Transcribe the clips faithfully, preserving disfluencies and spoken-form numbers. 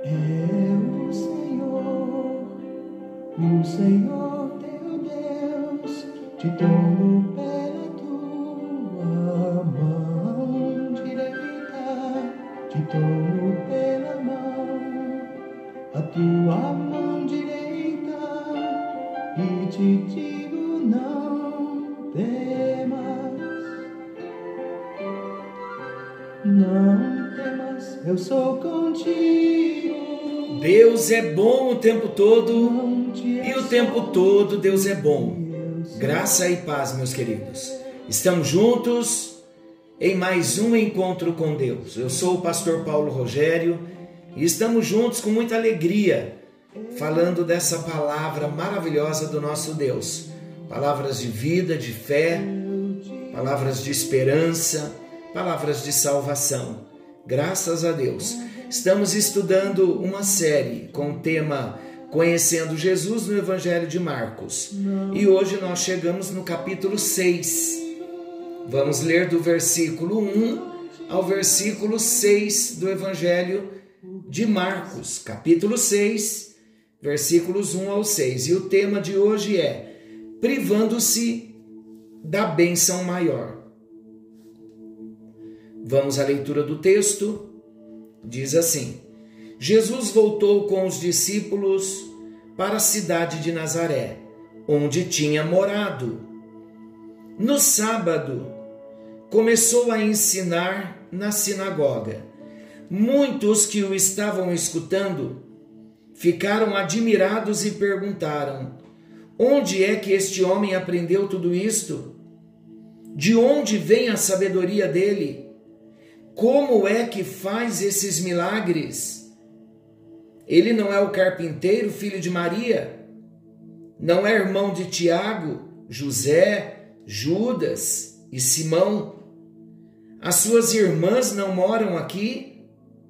É o Senhor, o Senhor teu Deus, te tomo pela tua mão direita, te tomo pela mão, a tua mão direita, e te digo não temas, não temas, eu sou contigo. Deus é bom o tempo todo, e o tempo todo Deus é bom. Graça e paz, meus queridos. Estamos juntos em mais um encontro com Deus. Eu sou o pastor Paulo Rogério e estamos juntos com muita alegria, falando dessa palavra maravilhosa do nosso Deus. Palavras de vida, de fé, palavras de esperança, palavras de salvação. Graças a Deus. Estamos estudando uma série com o tema Conhecendo Jesus no Evangelho de Marcos. E hoje nós chegamos no capítulo seis. Vamos ler do versículo um ao versículo seis do Evangelho de Marcos. Capítulo seis, versículos um ao seis. E o tema de hoje é Privando-se da bênção maior. Vamos à leitura do texto. Diz assim: Jesus voltou com os discípulos para a cidade de Nazaré, onde tinha morado. No sábado, começou a ensinar na sinagoga. Muitos que o estavam escutando ficaram admirados e perguntaram: onde é que este homem aprendeu tudo isto? De onde vem a sabedoria dele? Como é que faz esses milagres? Ele não é o carpinteiro, filho de Maria? Não é irmão de Tiago, José, Judas e Simão? As suas irmãs não moram aqui?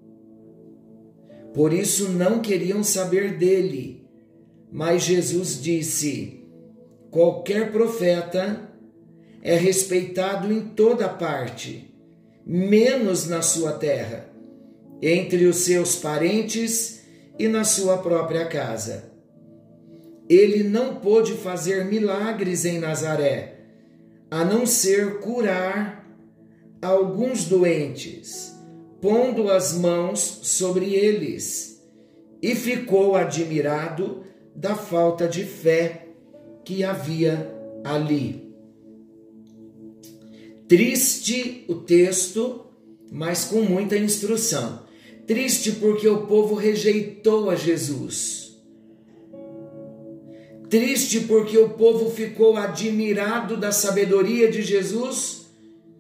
Por isso não queriam saber dele. Mas Jesus disse: qualquer profeta é respeitado em toda parte, menos na sua terra, entre os seus parentes e na sua própria casa. Ele não pôde fazer milagres em Nazaré, a não ser curar alguns doentes, pondo as mãos sobre eles, e ficou admirado da falta de fé que havia ali. Triste o texto, mas com muita instrução. Triste porque o povo rejeitou a Jesus. Triste porque o povo ficou admirado da sabedoria de Jesus,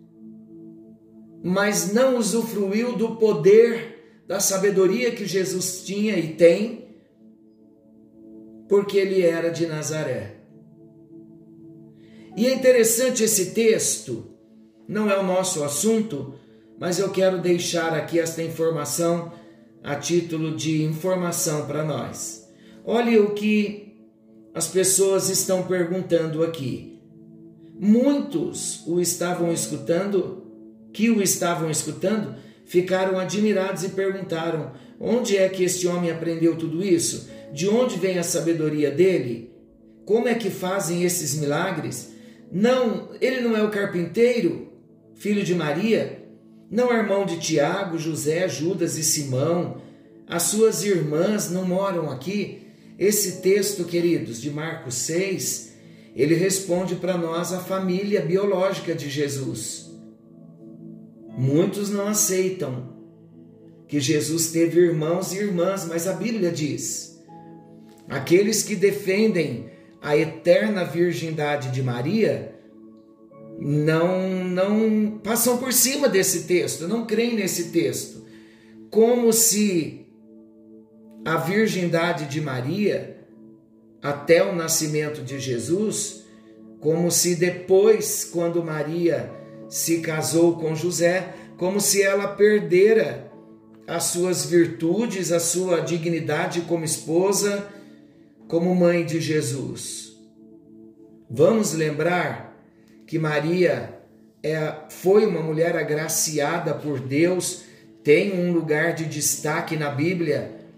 mas não usufruiu do poder da sabedoria que Jesus tinha e tem, porque ele era de Nazaré. E é interessante esse texto. Não é o nosso assunto, mas eu quero deixar aqui esta informação a título de informação para nós. Olha o que as pessoas estão perguntando aqui. Muitos o estavam escutando, que o estavam escutando, ficaram admirados e perguntaram: onde é que este homem aprendeu tudo isso? De onde vem a sabedoria dele? Como é que fazem esses milagres? Não, ele não é o carpinteiro, filho de Maria? Não é irmão de Tiago, José, Judas e Simão? As suas irmãs não moram aqui? Esse texto, queridos, de Marcos seis, ele responde para nós a família biológica de Jesus. Muitos não aceitam que Jesus teve irmãos e irmãs, mas a Bíblia diz: aqueles que defendem a eterna virgindade de Maria não, não passam por cima desse texto, não creem nesse texto, como se a virgindade de Maria, até o nascimento de Jesus, como se depois, quando Maria se casou com José, como se ela perdera as suas virtudes, a sua dignidade como esposa, como mãe de Jesus. Vamos lembrar que Maria é, foi uma mulher agraciada por Deus, tem um lugar de destaque na Bíblia,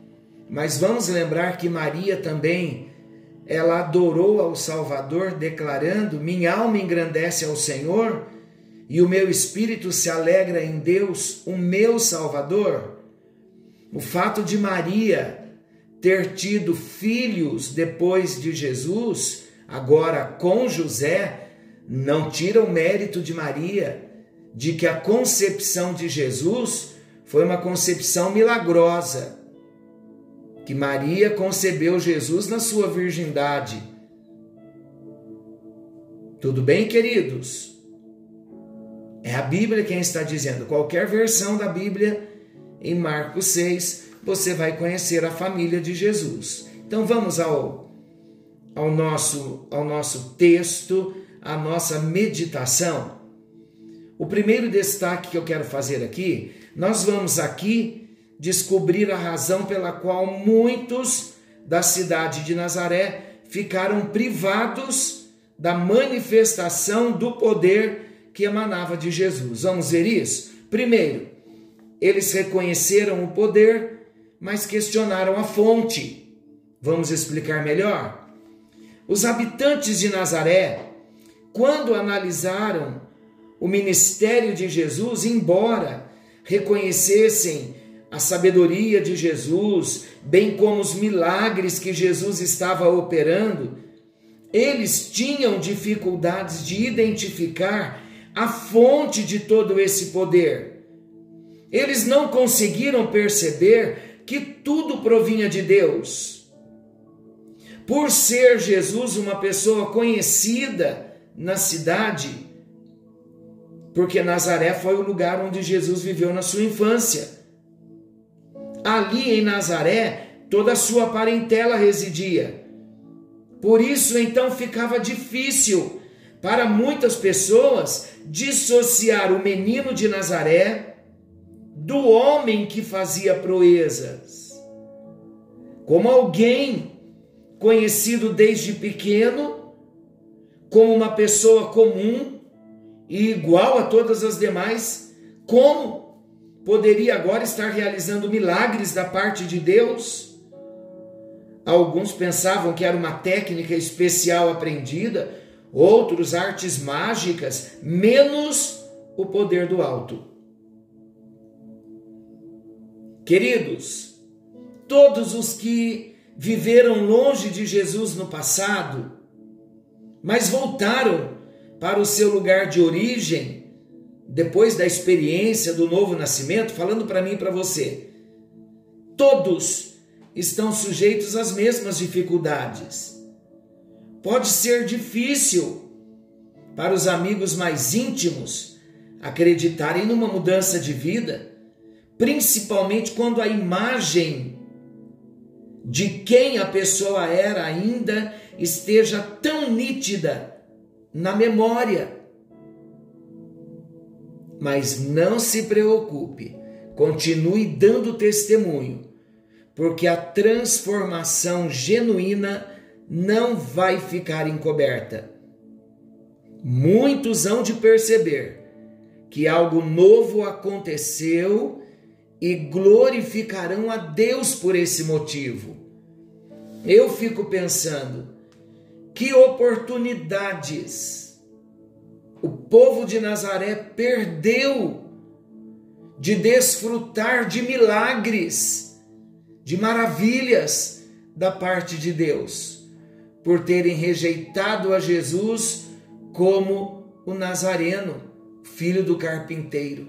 Mas vamos lembrar que Maria também, ela adorou ao Salvador, declarando: minha alma engrandece ao Senhor e o meu espírito se alegra em Deus, o meu Salvador. O fato de Maria ter tido filhos depois de Jesus, agora com José, não tira o mérito de Maria, de que a concepção de Jesus foi uma concepção milagrosa, que Maria concebeu Jesus na sua virgindade. Tudo bem, queridos? É a Bíblia quem está dizendo. Qualquer versão da Bíblia, em Marcos seis, você vai conhecer a família de Jesus. Então vamos ao, ao, nosso, ao nosso texto, à nossa meditação. O primeiro destaque que eu quero fazer aqui, nós vamos aqui descobrir a razão pela qual muitos da cidade de Nazaré ficaram privados da manifestação do poder que emanava de Jesus. Vamos ver isso? Primeiro, eles reconheceram o poder, mas questionaram a fonte. Vamos explicar melhor? Os habitantes de Nazaré, quando analisaram o ministério de Jesus, embora reconhecessem a sabedoria de Jesus, bem como os milagres que Jesus estava operando, eles tinham dificuldades de identificar a fonte de todo esse poder. Eles não conseguiram perceber que tudo provinha de Deus. Por ser Jesus uma pessoa conhecida na cidade, porque Nazaré foi o lugar onde Jesus viveu na sua infância. Ali em Nazaré, toda a sua parentela residia. Por isso, então, ficava difícil para muitas pessoas dissociar o menino de Nazaré do homem que fazia proezas. Como alguém conhecido desde pequeno, como uma pessoa comum e igual a todas as demais, como poderia agora estar realizando milagres da parte de Deus? Alguns pensavam que era uma técnica especial aprendida, outros artes mágicas, menos o poder do alto. Queridos, todos os que viveram longe de Jesus no passado, mas voltaram para o seu lugar de origem, depois da experiência do novo nascimento, falando para mim e para você, todos estão sujeitos às mesmas dificuldades. Pode ser difícil para os amigos mais íntimos acreditarem numa mudança de vida, principalmente quando a imagem de quem a pessoa era ainda esteja tão nítida na memória. Mas não se preocupe, continue dando testemunho, porque a transformação genuína não vai ficar encoberta. Muitos hão de perceber que algo novo aconteceu e glorificarão a Deus por esse motivo. Eu fico pensando, que oportunidades o povo de Nazaré perdeu de desfrutar de milagres, de maravilhas da parte de Deus, por terem rejeitado a Jesus como o Nazareno, filho do carpinteiro.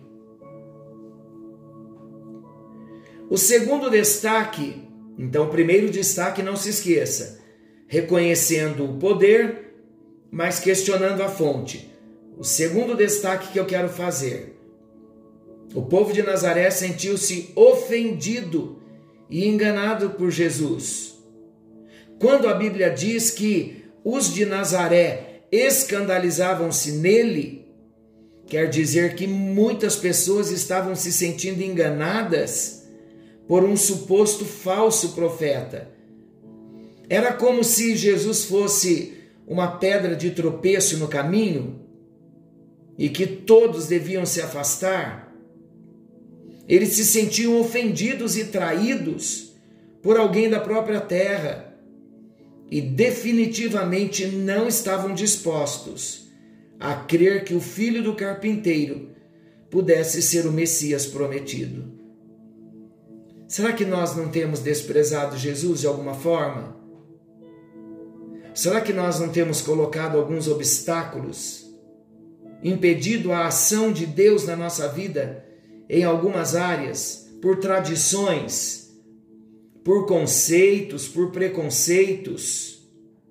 O segundo destaque, então o primeiro destaque, não se esqueça, reconhecendo o poder, mas questionando a fonte. O segundo destaque que eu quero fazer, o povo de Nazaré sentiu-se ofendido e enganado por Jesus. Quando a Bíblia diz que os de Nazaré escandalizavam-se nele, quer dizer que muitas pessoas estavam se sentindo enganadas por um suposto falso profeta. Era como se Jesus fosse uma pedra de tropeço no caminho e que todos deviam se afastar. Eles se sentiam ofendidos e traídos por alguém da própria terra e definitivamente não estavam dispostos a crer que o filho do carpinteiro pudesse ser o Messias prometido. Será que nós não temos desprezado Jesus de alguma forma? Será que nós não temos colocado alguns obstáculos, impedido a ação de Deus na nossa vida em algumas áreas, por tradições, por conceitos, por preconceitos,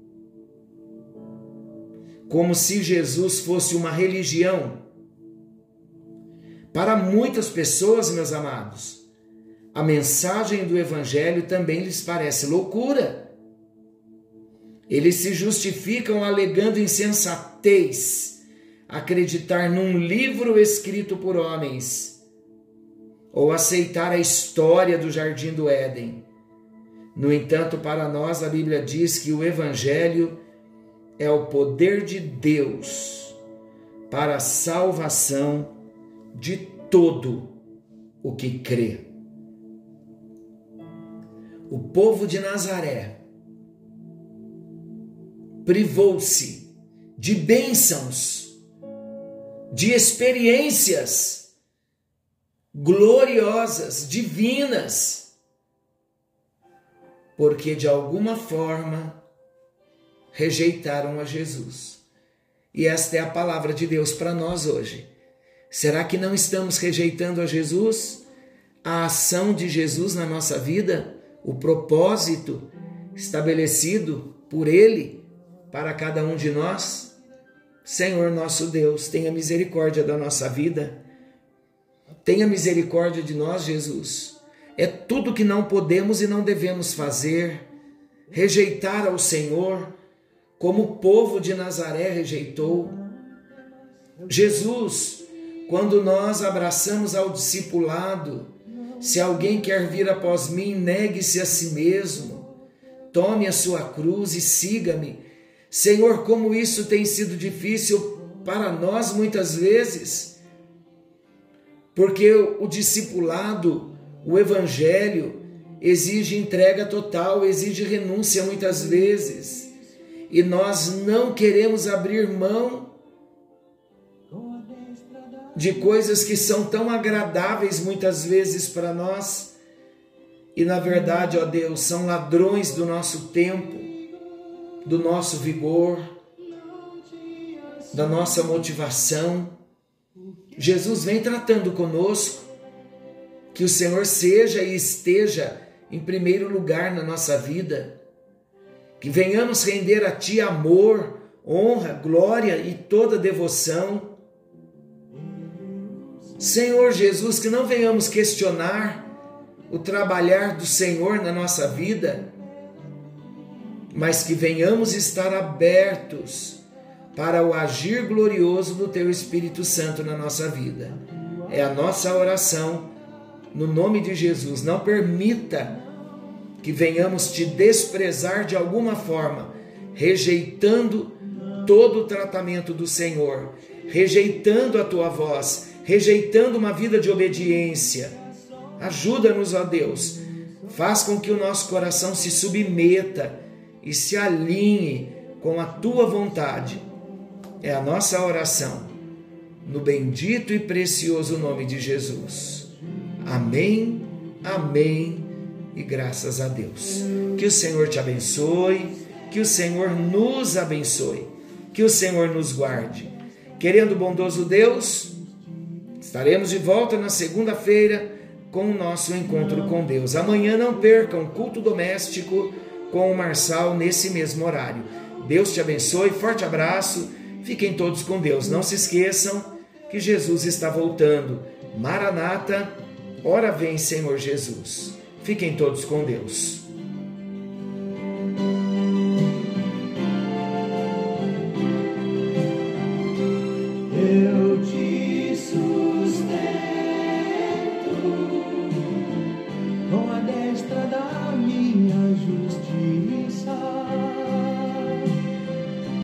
como se Jesus fosse uma religião? Para muitas pessoas, meus amados, a mensagem do Evangelho também lhes parece loucura. Eles se justificam alegando insensatez, acreditar num livro escrito por homens, ou aceitar a história do Jardim do Éden. No entanto, para nós a Bíblia diz que o Evangelho é o poder de Deus para a salvação de todo o que crê. O povo de Nazaré privou-se de bênçãos, de experiências gloriosas, divinas, porque de alguma forma rejeitaram a Jesus. E esta é a palavra de Deus para nós hoje. Será que não estamos rejeitando a Jesus? A ação de Jesus na nossa vida? O propósito estabelecido por Ele para cada um de nós? Senhor nosso Deus, tenha misericórdia da nossa vida. Tenha misericórdia de nós, Jesus. É tudo que não podemos e não devemos fazer. Rejeitar ao Senhor, como o povo de Nazaré rejeitou. Jesus, quando nós abraçamos ao discipulado, se alguém quer vir após mim, negue-se a si mesmo, tome a sua cruz e siga-me. Senhor, como isso tem sido difícil para nós muitas vezes, porque o discipulado, o Evangelho, exige entrega total, exige renúncia muitas vezes, e nós não queremos abrir mão de coisas que são tão agradáveis muitas vezes para nós, e na verdade, ó Deus, são ladrões do nosso tempo, do nosso vigor, da nossa motivação. Jesus vem tratando conosco, que o Senhor seja e esteja em primeiro lugar na nossa vida, que venhamos render a Ti amor, honra, glória e toda devoção. Senhor Jesus, que não venhamos questionar o trabalhar do Senhor na nossa vida, mas que venhamos estar abertos para o agir glorioso do Teu Espírito Santo na nossa vida. É a nossa oração, no nome de Jesus. Não permita que venhamos Te desprezar de alguma forma, rejeitando todo o tratamento do Senhor, rejeitando a Tua voz, rejeitando uma vida de obediência. Ajuda-nos, ó Deus. Faz com que o nosso coração se submeta e se alinhe com a Tua vontade. É a nossa oração, no bendito e precioso nome de Jesus. Amém, amém e graças a Deus. Que o Senhor te abençoe, que o Senhor nos abençoe, que o Senhor nos guarde. Querendo o bondoso Deus, estaremos de volta na segunda-feira com o nosso encontro com Deus. Amanhã não percam culto doméstico com o Marçal nesse mesmo horário. Deus te abençoe, forte abraço, fiquem todos com Deus. Não se esqueçam que Jesus está voltando. Maranata, ora vem Senhor Jesus. Fiquem todos com Deus.